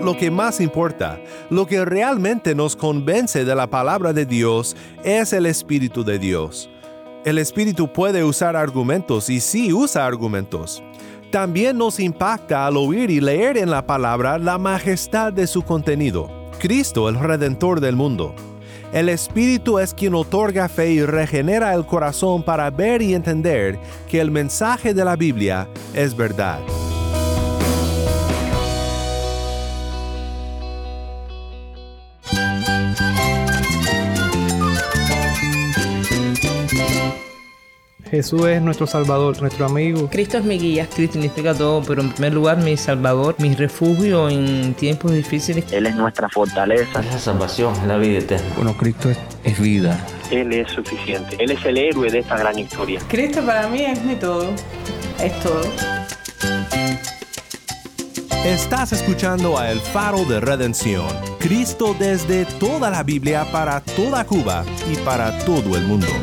lo que más importa. Lo que realmente nos convence de la palabra de Dios es el Espíritu de Dios. El Espíritu puede usar argumentos y sí usa argumentos. También nos impacta al oír y leer en la palabra la majestad de su contenido. Cristo, el Redentor del mundo. El Espíritu es quien otorga fe y regenera el corazón para ver y entender que el mensaje de la Biblia es verdad. Jesús es nuestro Salvador, nuestro amigo. Cristo es mi guía. Cristo significa todo, pero en primer lugar mi Salvador, mi refugio en tiempos difíciles. Él es nuestra fortaleza. Es la salvación, es la vida eterna. Bueno, Cristo es vida. Él es suficiente. Él es el héroe de esta gran historia. Cristo para mí es mi todo. Es todo. Estás escuchando a El Faro de Redención. Cristo desde toda la Biblia para toda Cuba y para todo el mundo.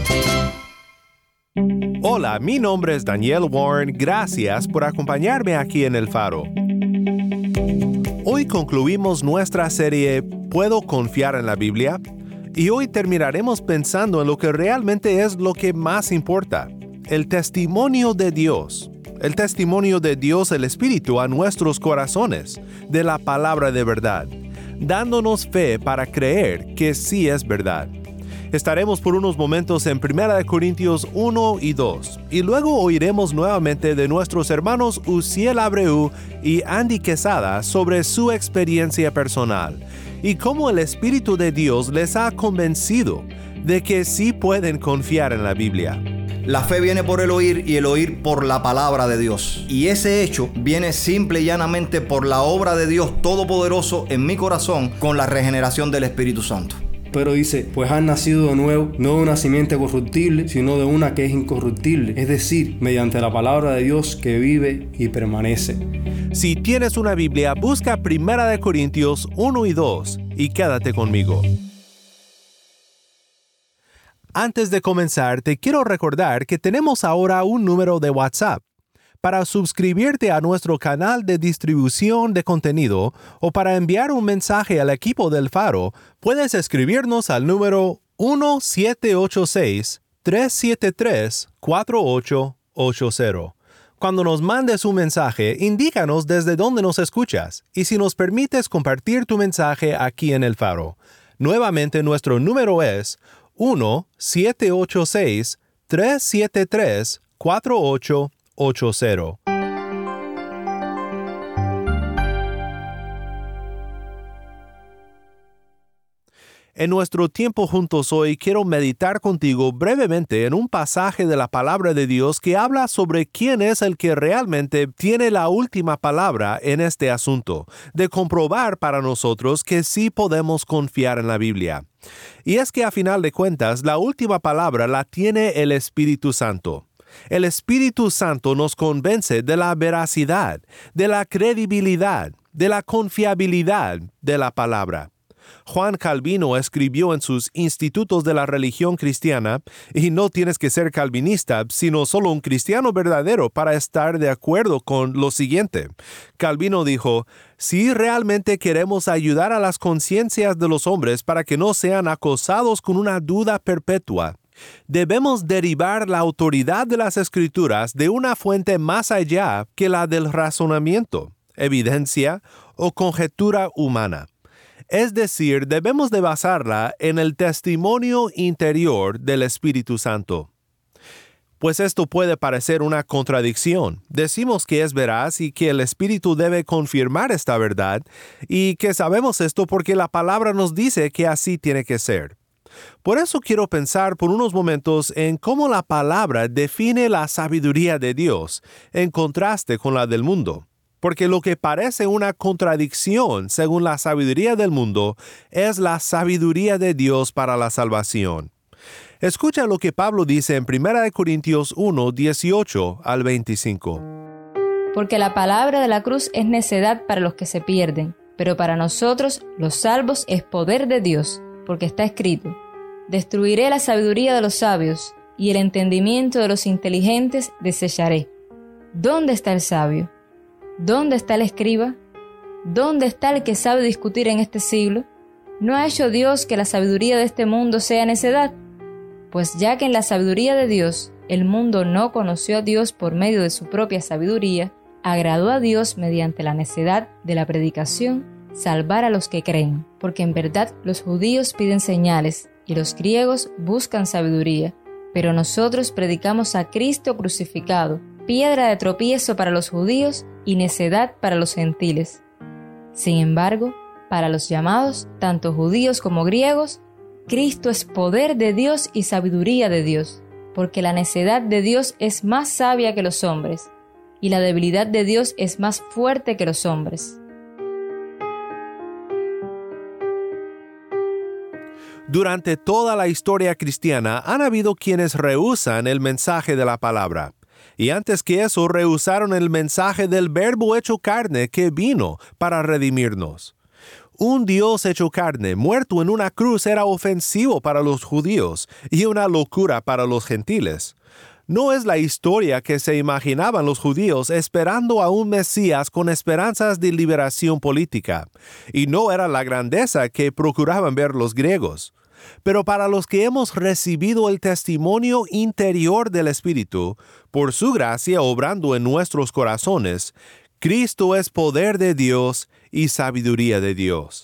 Hola, mi nombre es Daniel Warren. Gracias por acompañarme aquí en El Faro. Hoy concluimos nuestra serie ¿Puedo confiar en la Biblia? Y hoy terminaremos pensando en lo que realmente es lo que más importa, el testimonio de Dios. El testimonio de Dios, el Espíritu, a nuestros corazones, de la palabra de verdad, dándonos fe para creer que sí es verdad. Estaremos por unos momentos en 1 Corintios 1 y 2, y luego oiremos nuevamente de nuestros hermanos Uziel Abreu y Andy Quesada sobre su experiencia personal y cómo el Espíritu de Dios les ha convencido de que sí pueden confiar en la Biblia. La fe viene por el oír y el oír por la palabra de Dios. Y ese hecho viene simple y llanamente por la obra de Dios Todopoderoso en mi corazón con la regeneración del Espíritu Santo. Pero dice, pues han nacido de nuevo, no de una simiente corruptible, sino de una que es incorruptible, es decir, mediante la palabra de Dios que vive y permanece. Si tienes una Biblia, busca 1 Corintios 1 y 2 y quédate conmigo. Antes de comenzar, te quiero recordar que tenemos ahora un número de WhatsApp. Para suscribirte a nuestro canal de distribución de contenido o para enviar un mensaje al equipo del Faro, puedes escribirnos al número 1-786-373-4880. Cuando nos mandes un mensaje, indícanos desde dónde nos escuchas y si nos permites compartir tu mensaje aquí en el Faro. Nuevamente, nuestro número es 1-786-373-4880. En nuestro tiempo juntos hoy quiero meditar contigo brevemente en un pasaje de la palabra de Dios que habla sobre quién es el que realmente tiene la última palabra en este asunto, de comprobar para nosotros que sí podemos confiar en la Biblia. Y es que a final de cuentas la última palabra la tiene el Espíritu Santo. El Espíritu Santo nos convence de la veracidad, de la credibilidad, de la confiabilidad de la palabra. Juan Calvino escribió en sus Institutos de la Religión Cristiana, y no tienes que ser calvinista, sino solo un cristiano verdadero para estar de acuerdo con lo siguiente. Calvino dijo, si realmente queremos ayudar a las conciencias de los hombres para que no sean acosados con una duda perpetua, debemos derivar la autoridad de las Escrituras de una fuente más allá que la del razonamiento, evidencia o conjetura humana. Es decir, debemos de basarla en el testimonio interior del Espíritu Santo. Pues esto puede parecer una contradicción. Decimos que es veraz y que el Espíritu debe confirmar esta verdad, y que sabemos esto porque la palabra nos dice que así tiene que ser. Por eso quiero pensar por unos momentos en cómo la palabra define la sabiduría de Dios, en contraste con la del mundo. Porque lo que parece una contradicción según la sabiduría del mundo es la sabiduría de Dios para la salvación. Escucha lo que Pablo dice en 1 Corintios 1, 18 al 25. Porque la palabra de la cruz es necedad para los que se pierden, pero para nosotros, los salvos, es poder de Dios, porque está escrito: destruiré la sabiduría de los sabios, y el entendimiento de los inteligentes desecharé. ¿Dónde está el sabio? ¿Dónde está el escriba? ¿Dónde está el que sabe discutir en este siglo? ¿No ha hecho Dios que la sabiduría de este mundo sea necedad? Pues ya que en la sabiduría de Dios el mundo no conoció a Dios por medio de su propia sabiduría, agradó a Dios mediante la necedad de la predicación salvar a los que creen, porque en verdad los judíos piden señales y los griegos buscan sabiduría, pero nosotros predicamos a Cristo crucificado, piedra de tropiezo para los judíos y necedad para los gentiles. Sin embargo, para los llamados, tanto judíos como griegos, Cristo es poder de Dios y sabiduría de Dios, porque la necedad de Dios es más sabia que los hombres, y la debilidad de Dios es más fuerte que los hombres. Durante toda la historia cristiana han habido quienes rehúsan el mensaje de la palabra. Y antes que eso, rehusaron el mensaje del Verbo hecho carne que vino para redimirnos. Un Dios hecho carne, muerto en una cruz, era ofensivo para los judíos y una locura para los gentiles. No es la historia que se imaginaban los judíos esperando a un Mesías con esperanzas de liberación política, y no era la grandeza que procuraban ver los griegos. Pero para los que hemos recibido el testimonio interior del Espíritu, por su gracia obrando en nuestros corazones, Cristo es poder de Dios y sabiduría de Dios.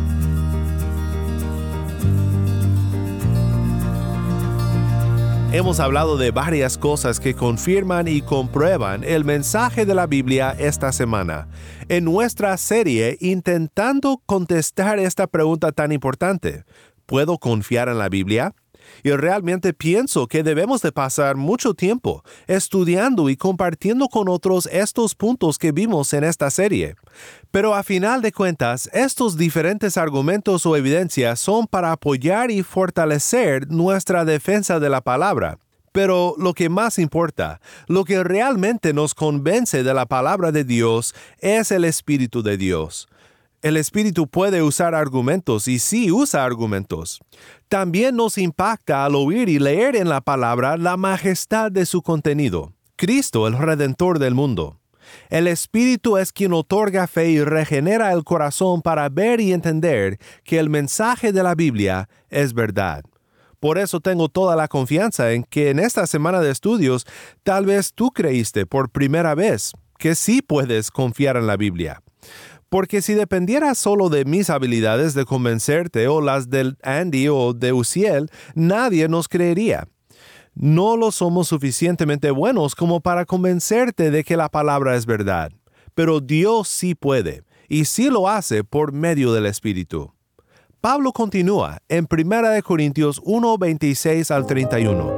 Hemos hablado de varias cosas que confirman y comprueban el mensaje de la Biblia esta semana, en nuestra serie intentando contestar esta pregunta tan importante: ¿puedo confiar en la Biblia? Y realmente pienso que debemos de pasar mucho tiempo estudiando y compartiendo con otros estos puntos que vimos en esta serie. Pero a final de cuentas, estos diferentes argumentos o evidencias son para apoyar y fortalecer nuestra defensa de la palabra. Pero lo que más importa, lo que realmente nos convence de la palabra de Dios, es el Espíritu de Dios. El Espíritu puede usar argumentos y sí usa argumentos. También nos impacta al oír y leer en la palabra la majestad de su contenido. Cristo, el Redentor del mundo. El Espíritu es quien otorga fe y regenera el corazón para ver y entender que el mensaje de la Biblia es verdad. Por eso tengo toda la confianza en que en esta semana de estudios tal vez tú creíste por primera vez que sí puedes confiar en la Biblia. Porque si dependiera solo de mis habilidades de convencerte o las del Andy o de Uziel, nadie nos creería. No lo somos suficientemente buenos como para convencerte de que la palabra es verdad. Pero Dios sí puede, y sí lo hace por medio del Espíritu. Pablo continúa en 1 Corintios 1, 26 al 31.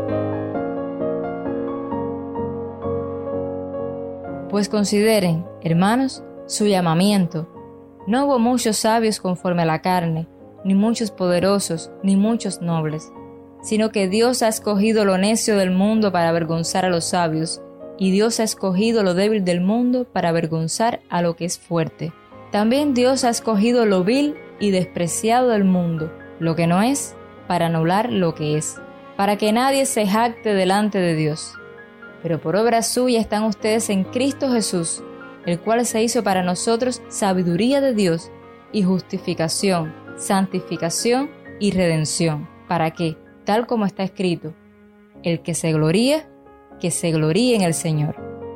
Pues consideren, hermanos, su llamamiento. No hubo muchos sabios conforme a la carne, ni muchos poderosos, ni muchos nobles, sino que Dios ha escogido lo necio del mundo para avergonzar a los sabios, y Dios ha escogido lo débil del mundo para avergonzar a lo que es fuerte. También Dios ha escogido lo vil y despreciado del mundo, lo que no es, para anular lo que es, para que nadie se jacte delante de Dios. Pero por obra suya están ustedes en Cristo Jesús, el cual se hizo para nosotros sabiduría de Dios y justificación, santificación y redención, para que, tal como está escrito, el que se gloríe en el Señor.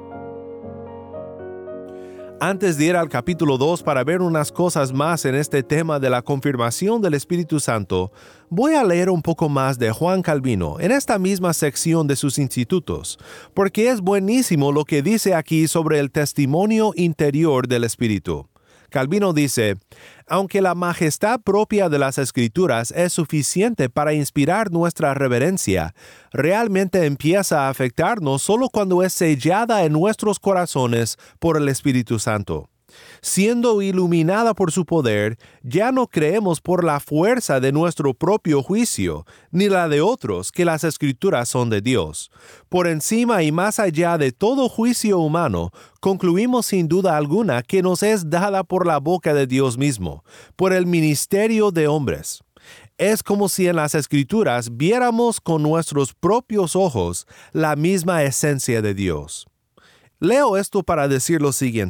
Antes de ir al capítulo 2 para ver unas cosas más en este tema de la confirmación del Espíritu Santo, voy a leer un poco más de Juan Calvino en esta misma sección de sus institutos, porque es buenísimo lo que dice aquí sobre el testimonio interior del Espíritu. Calvino dice: aunque la majestad propia de las Escrituras es suficiente para inspirar nuestra reverencia, realmente empieza a afectarnos solo cuando es sellada en nuestros corazones por el Espíritu Santo. Siendo iluminada por su poder, ya no creemos por la fuerza de nuestro propio juicio, ni la de otros, que las Escrituras son de Dios. Por encima y más allá de todo juicio humano, concluimos sin duda alguna que nos es dada por la boca de Dios mismo, por el ministerio de hombres. Es como si en las Escrituras viéramos con nuestros propios ojos la misma esencia de Dios. Leo esto para decir lo siguiente.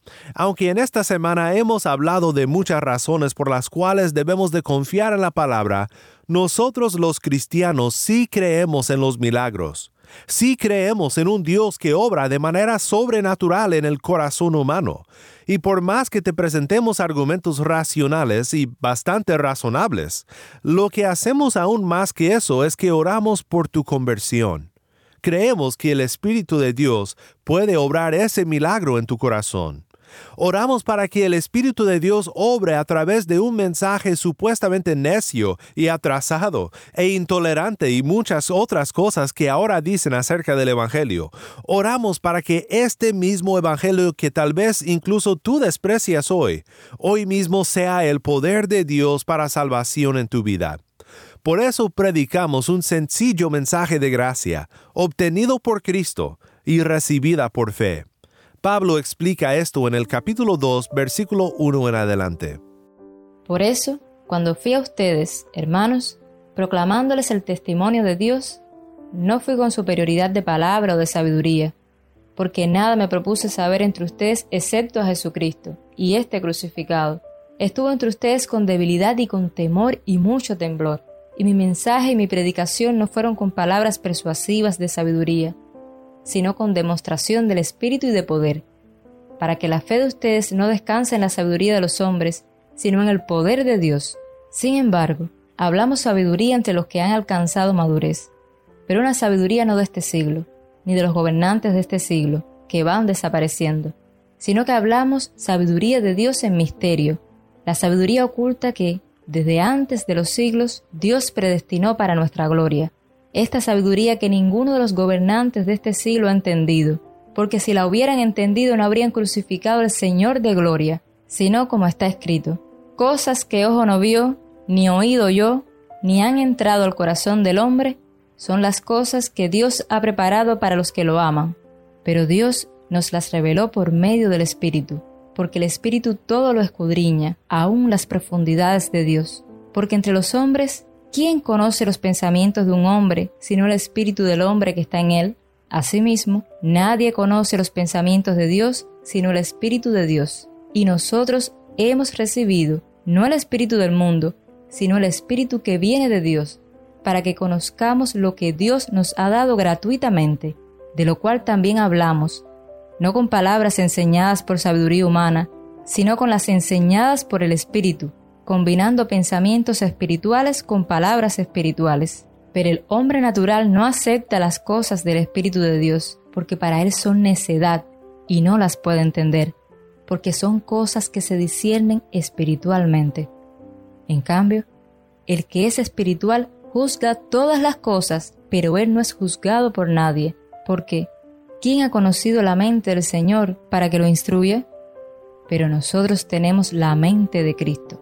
Aunque en esta semana hemos hablado de muchas razones por las cuales debemos de confiar en la palabra, nosotros los cristianos sí creemos en los milagros. Sí creemos en un Dios que obra de manera sobrenatural en el corazón humano. Y por más que te presentemos argumentos racionales y bastante razonables, lo que hacemos aún más que eso es que oramos por tu conversión. Creemos que el Espíritu de Dios puede obrar ese milagro en tu corazón. Oramos para que el Espíritu de Dios obre a través de un mensaje supuestamente necio y atrasado e intolerante y muchas otras cosas que ahora dicen acerca del Evangelio. Oramos para que este mismo Evangelio que tal vez incluso tú desprecias hoy mismo sea el poder de Dios para salvación en tu vida. Por eso predicamos un sencillo mensaje de gracia, obtenido por Cristo y recibida por fe. Pablo explica esto en el capítulo 2, versículo 1 en adelante. Por eso, cuando fui a ustedes, hermanos, proclamándoles el testimonio de Dios, no fui con superioridad de palabra o de sabiduría, porque nada me propuse saber entre ustedes excepto a Jesucristo y este crucificado. Estuve entre ustedes con debilidad y con temor y mucho temblor, y mi mensaje y mi predicación no fueron con palabras persuasivas de sabiduría, sino con demostración del Espíritu y de poder, para que la fe de ustedes no descanse en la sabiduría de los hombres, sino en el poder de Dios. Sin embargo, hablamos sabiduría entre los que han alcanzado madurez, pero una sabiduría no de este siglo, ni de los gobernantes de este siglo, que van desapareciendo, sino que hablamos sabiduría de Dios en misterio, la sabiduría oculta que, desde antes de los siglos, Dios predestinó para nuestra gloria. Esta sabiduría que ninguno de los gobernantes de este siglo ha entendido, porque si la hubieran entendido no habrían crucificado al Señor de gloria, sino como está escrito: cosas que ojo no vio, ni oído oyó, ni han entrado al corazón del hombre, son las cosas que Dios ha preparado para los que lo aman. Pero Dios nos las reveló por medio del Espíritu, porque el Espíritu todo lo escudriña, aún las profundidades de Dios. Porque entre los hombres, ¿quién conoce los pensamientos de un hombre, sino el espíritu del hombre que está en él? Asimismo, nadie conoce los pensamientos de Dios, sino el Espíritu de Dios. Y nosotros hemos recibido, no el espíritu del mundo, sino el Espíritu que viene de Dios, para que conozcamos lo que Dios nos ha dado gratuitamente, de lo cual también hablamos, no con palabras enseñadas por sabiduría humana, sino con las enseñadas por el Espíritu, combinando pensamientos espirituales con palabras espirituales. Pero el hombre natural no acepta las cosas del Espíritu de Dios, porque para él son necedad, y no las puede entender, porque son cosas que se disciernen espiritualmente. En cambio, el que es espiritual juzga todas las cosas, pero él no es juzgado por nadie, porque ¿quién ha conocido la mente del Señor para que lo instruya? Pero nosotros tenemos la mente de Cristo.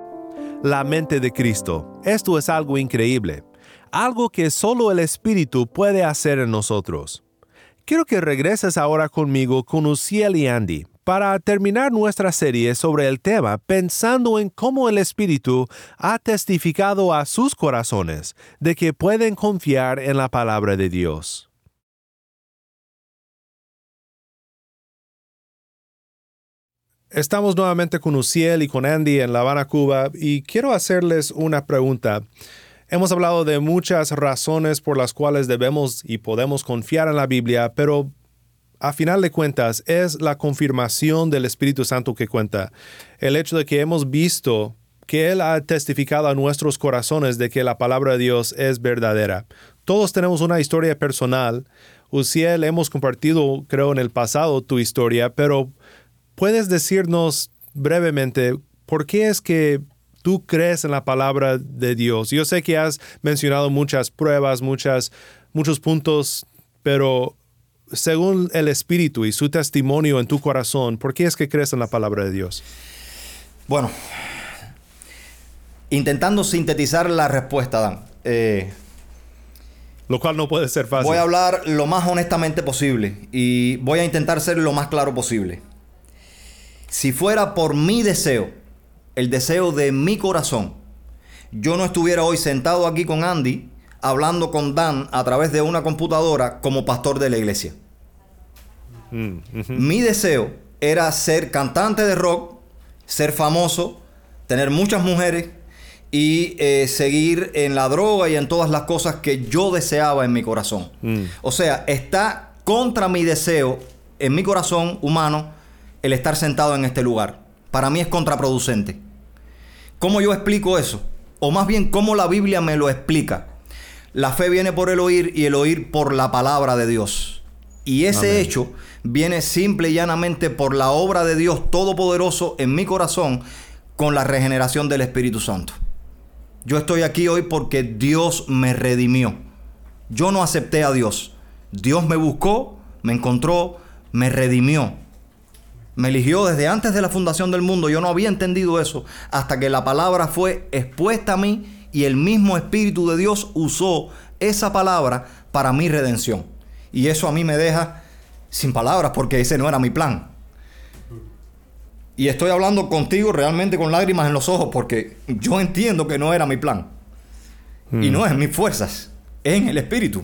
La mente de Cristo. Esto es algo increíble, algo que solo el Espíritu puede hacer en nosotros. Quiero que regreses ahora conmigo con Uziel y Andy para terminar nuestra serie sobre el tema pensando en cómo el Espíritu ha testificado a sus corazones de que pueden confiar en la palabra de Dios. Estamos nuevamente con Uziel y con Andy en La Habana, Cuba, y quiero hacerles una pregunta. Hemos hablado de muchas razones por las cuales debemos y podemos confiar en la Biblia, pero a final de cuentas es la confirmación del Espíritu Santo que cuenta. El hecho de que hemos visto que Él ha testificado a nuestros corazones de que la palabra de Dios es verdadera. Todos tenemos una historia personal. Uziel, hemos compartido, creo, en el pasado tu historia, pero ¿puedes decirnos brevemente por qué es que tú crees en la palabra de Dios? Yo sé que has mencionado muchas pruebas, muchos puntos, pero según el Espíritu y su testimonio en tu corazón, ¿por qué es que crees en la palabra de Dios? Bueno, intentando sintetizar la respuesta, Dan. Lo cual no puede ser fácil. Voy a hablar lo más honestamente posible y voy a intentar ser lo más claro posible. Si fuera por mi deseo, el deseo de mi corazón, yo no estuviera hoy sentado aquí con Andy, hablando con Dan a través de una computadora como pastor de la iglesia. Mi deseo era ser cantante de rock, ser famoso, tener muchas mujeres y seguir en la droga y en todas las cosas que yo deseaba en mi corazón. O sea, está contra mi deseo en mi corazón humano el estar sentado en este lugar. Para mí es contraproducente. ¿Cómo yo explico eso? O más bien, ¿cómo la Biblia me lo explica? La fe viene por el oír y el oír por la palabra de Dios. Y ese hecho viene simple y llanamente por la obra de Dios Todopoderoso en mi corazón con la regeneración del Espíritu Santo. Yo estoy aquí hoy porque Dios me redimió. Yo no acepté a Dios. Dios me buscó, me encontró, me redimió. Me eligió desde antes de la fundación del mundo. Yo no había entendido eso hasta que la palabra fue expuesta a mí y el mismo Espíritu de Dios usó esa palabra para mi redención. Y eso a mí me deja sin palabras porque ese no era mi plan. Y estoy hablando contigo realmente con lágrimas en los ojos porque yo entiendo que no era mi plan. Y no es en mis fuerzas, es en el Espíritu.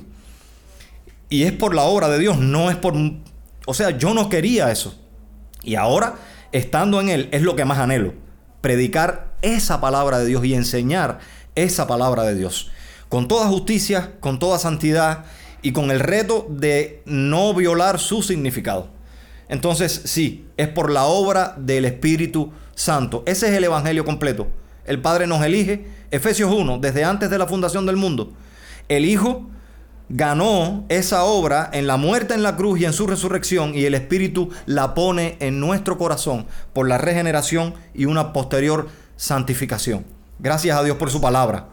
Y es por la obra de Dios, no es por... O sea, yo no quería eso. Y ahora, estando en Él, es lo que más anhelo. Predicar esa palabra de Dios y enseñar esa palabra de Dios. Con toda justicia, con toda santidad y con el reto de no violar su significado. Entonces, sí, es por la obra del Espíritu Santo. Ese es el Evangelio completo. El Padre nos elige. Efesios 1, desde antes de la fundación del mundo. El Hijo ganó esa obra en la muerte en la cruz y en su resurrección, y el Espíritu la pone en nuestro corazón por la regeneración y una posterior santificación. Gracias a Dios por su palabra.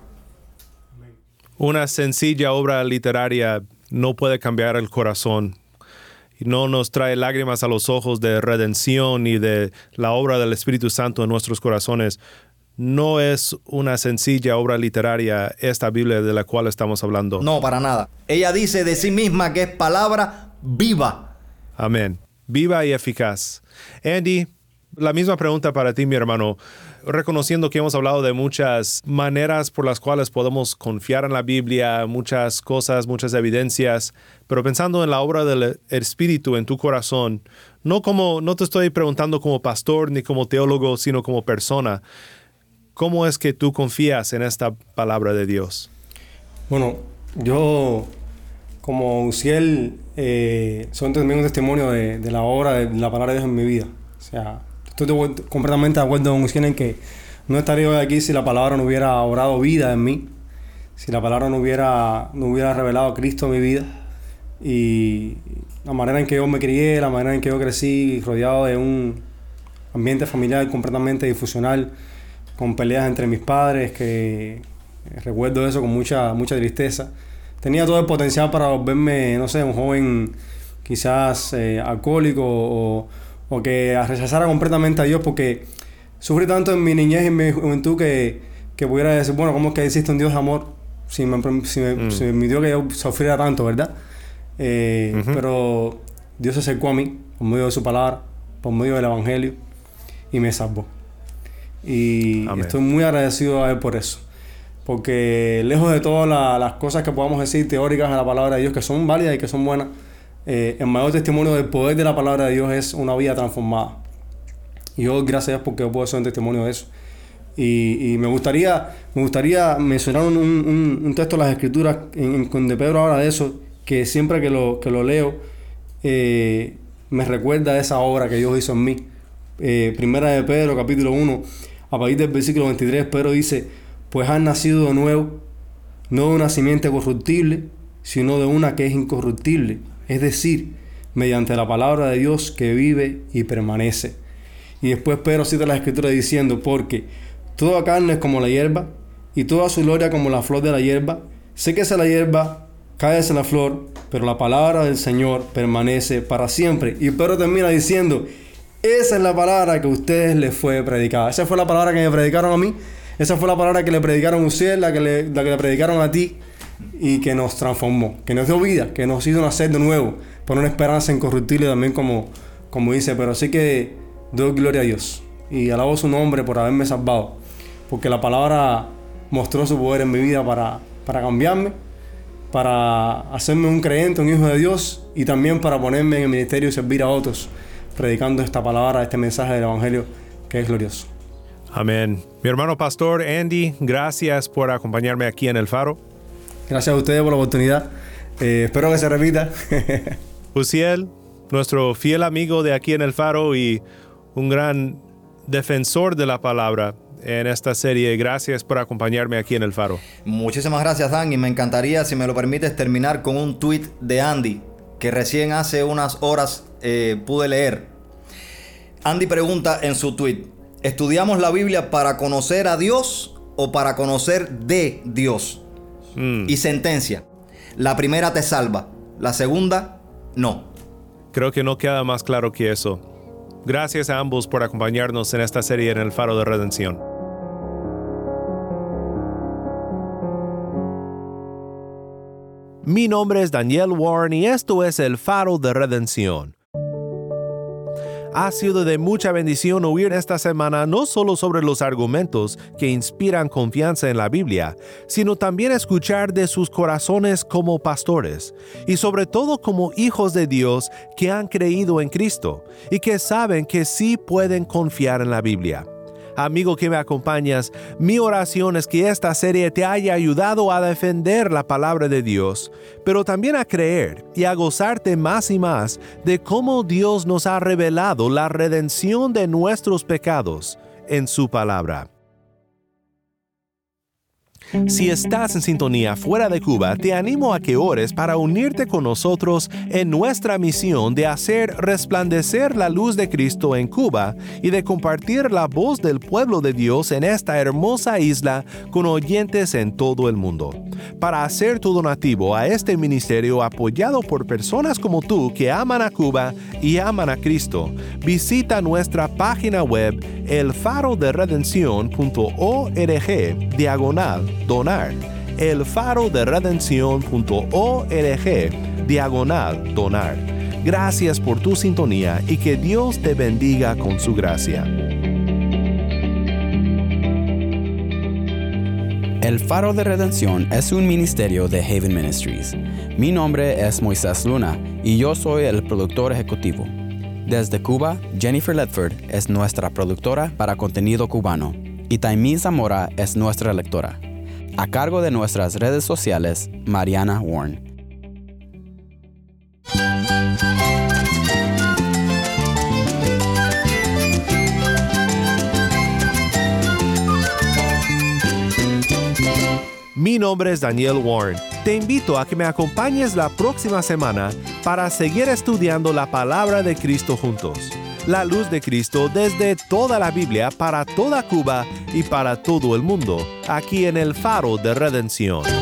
Una sencilla obra literaria no puede cambiar el corazón. Y no nos trae lágrimas a los ojos de redención y de la obra del Espíritu Santo en nuestros corazones. No es una sencilla obra literaria esta Biblia de la cual estamos hablando. No, para nada. Ella dice de sí misma que es palabra viva. Amén. Viva y eficaz. Andy, la misma pregunta para ti, mi hermano. Reconociendo que hemos hablado de muchas maneras por las cuales podemos confiar en la Biblia, muchas cosas, muchas evidencias, pero pensando en la obra del Espíritu en tu corazón, no te estoy preguntando como pastor ni como teólogo, sino como persona. ¿Cómo es que tú confías en esta palabra de Dios? Bueno, yo como Uziel soy también un testimonio de la obra de la palabra de Dios en mi vida. O sea, estoy completamente de acuerdo con Uziel en que no estaría hoy aquí si la palabra no hubiera obrado vida en mí, si la palabra no hubiera revelado a Cristo en mi vida. Y la manera en que yo me crié, la manera en que yo crecí rodeado de un ambiente familiar completamente disfuncional, con peleas entre mis padres, que recuerdo eso con mucha tristeza. Tenía todo el potencial para volverme, no sé, un joven quizás alcohólico o que rechazara completamente a Dios, porque sufrí tanto en mi niñez y en mi juventud que pudiera decir, bueno, ¿cómo es que existe un Dios de amor si me permitió que yo sufriera tanto, verdad? Pero Dios se acercó a mí por medio de su palabra, por medio del Evangelio, y me salvó. Y Amén. Estoy muy agradecido a Él por eso, porque lejos de todas las cosas que podamos decir teóricas de la palabra de Dios, que son válidas y que son buenas, el mayor testimonio del poder de la palabra de Dios es una vida transformada. Y yo, gracias a Dios, porque yo puedo ser un testimonio de eso. Y me gustaría mencionar un texto de las Escrituras donde Pedro habla de eso, que siempre que lo leo me recuerda a esa obra que Dios hizo en mí. Primera de Pedro, capítulo 1, a partir del versículo 23, Pedro dice: pues han nacido de nuevo, no de una simiente corruptible, sino de una que es incorruptible, es decir, mediante la palabra de Dios que vive y permanece. Y después Pedro cita la Escritura diciendo: porque toda carne es como la hierba, y toda su gloria como la flor de la hierba. Séquese la hierba, cáese la flor, pero la palabra del Señor permanece para siempre. Y Pedro termina diciendo: esa es la palabra que a ustedes les fue predicada. Esa fue la palabra que me predicaron a mí. Esa fue la palabra que le predicaron a usted, la que le predicaron a ti, y que nos transformó, que nos dio vida, que nos hizo nacer de nuevo, por una esperanza incorruptible también, como dice. Pero así que doy gloria a Dios y alabo su nombre por haberme salvado, porque la palabra mostró su poder en mi vida para cambiarme, para hacerme un creyente, un hijo de Dios, y también para ponerme en el ministerio y servir a otros predicando esta palabra, este mensaje del Evangelio que es glorioso. Amén. Mi hermano pastor Andy, gracias por acompañarme aquí en El Faro. Gracias a ustedes por la oportunidad. Espero que se repita. Uziel, nuestro fiel amigo de aquí en El Faro y un gran defensor de la palabra en esta serie. Gracias por acompañarme aquí en El Faro. Muchísimas gracias, Dan, y me encantaría, si me lo permites, terminar con un tweet de Andy que recién hace unas horas pude leer. Andy pregunta en su tweet: ¿estudiamos la Biblia para conocer a Dios o para conocer de Dios? Y sentencia: la primera te salva, la segunda no. Creo que no queda más claro que eso. Gracias a ambos por acompañarnos en esta serie en El Faro de Redención. Mi nombre es Daniel Warren y esto es El Faro de Redención. Ha sido de mucha bendición oír esta semana no solo sobre los argumentos que inspiran confianza en la Biblia, sino también escuchar de sus corazones como pastores y sobre todo como hijos de Dios que han creído en Cristo y que saben que sí pueden confiar en la Biblia. Amigo que me acompañas, mi oración es que esta serie te haya ayudado a defender la palabra de Dios, pero también a creer y a gozarte más y más de cómo Dios nos ha revelado la redención de nuestros pecados en su palabra. Si estás en sintonía fuera de Cuba, te animo a que ores para unirte con nosotros en nuestra misión de hacer resplandecer la luz de Cristo en Cuba y de compartir la voz del pueblo de Dios en esta hermosa isla con oyentes en todo el mundo. Para hacer tu donativo a este ministerio apoyado por personas como tú que aman a Cuba y aman a Cristo, visita nuestra página web elfaroderedencion.org/donar, elfaroderedencion.org/donar. Gracias por tu sintonía y que Dios te bendiga con su gracia. El Faro de Redención es un ministerio de Haven Ministries. Mi nombre es Moisés Luna y yo soy el productor ejecutivo. Desde Cuba, Jennifer Ledford es nuestra productora para contenido cubano y Taimí Zamora es nuestra lectora. A cargo de nuestras redes sociales, Mariana Warren. Mi nombre es Daniel Warren. Te invito a que me acompañes la próxima semana para seguir estudiando la palabra de Cristo juntos. La luz de Cristo desde toda la Biblia para toda Cuba y para todo el mundo, aquí en El Faro de Redención.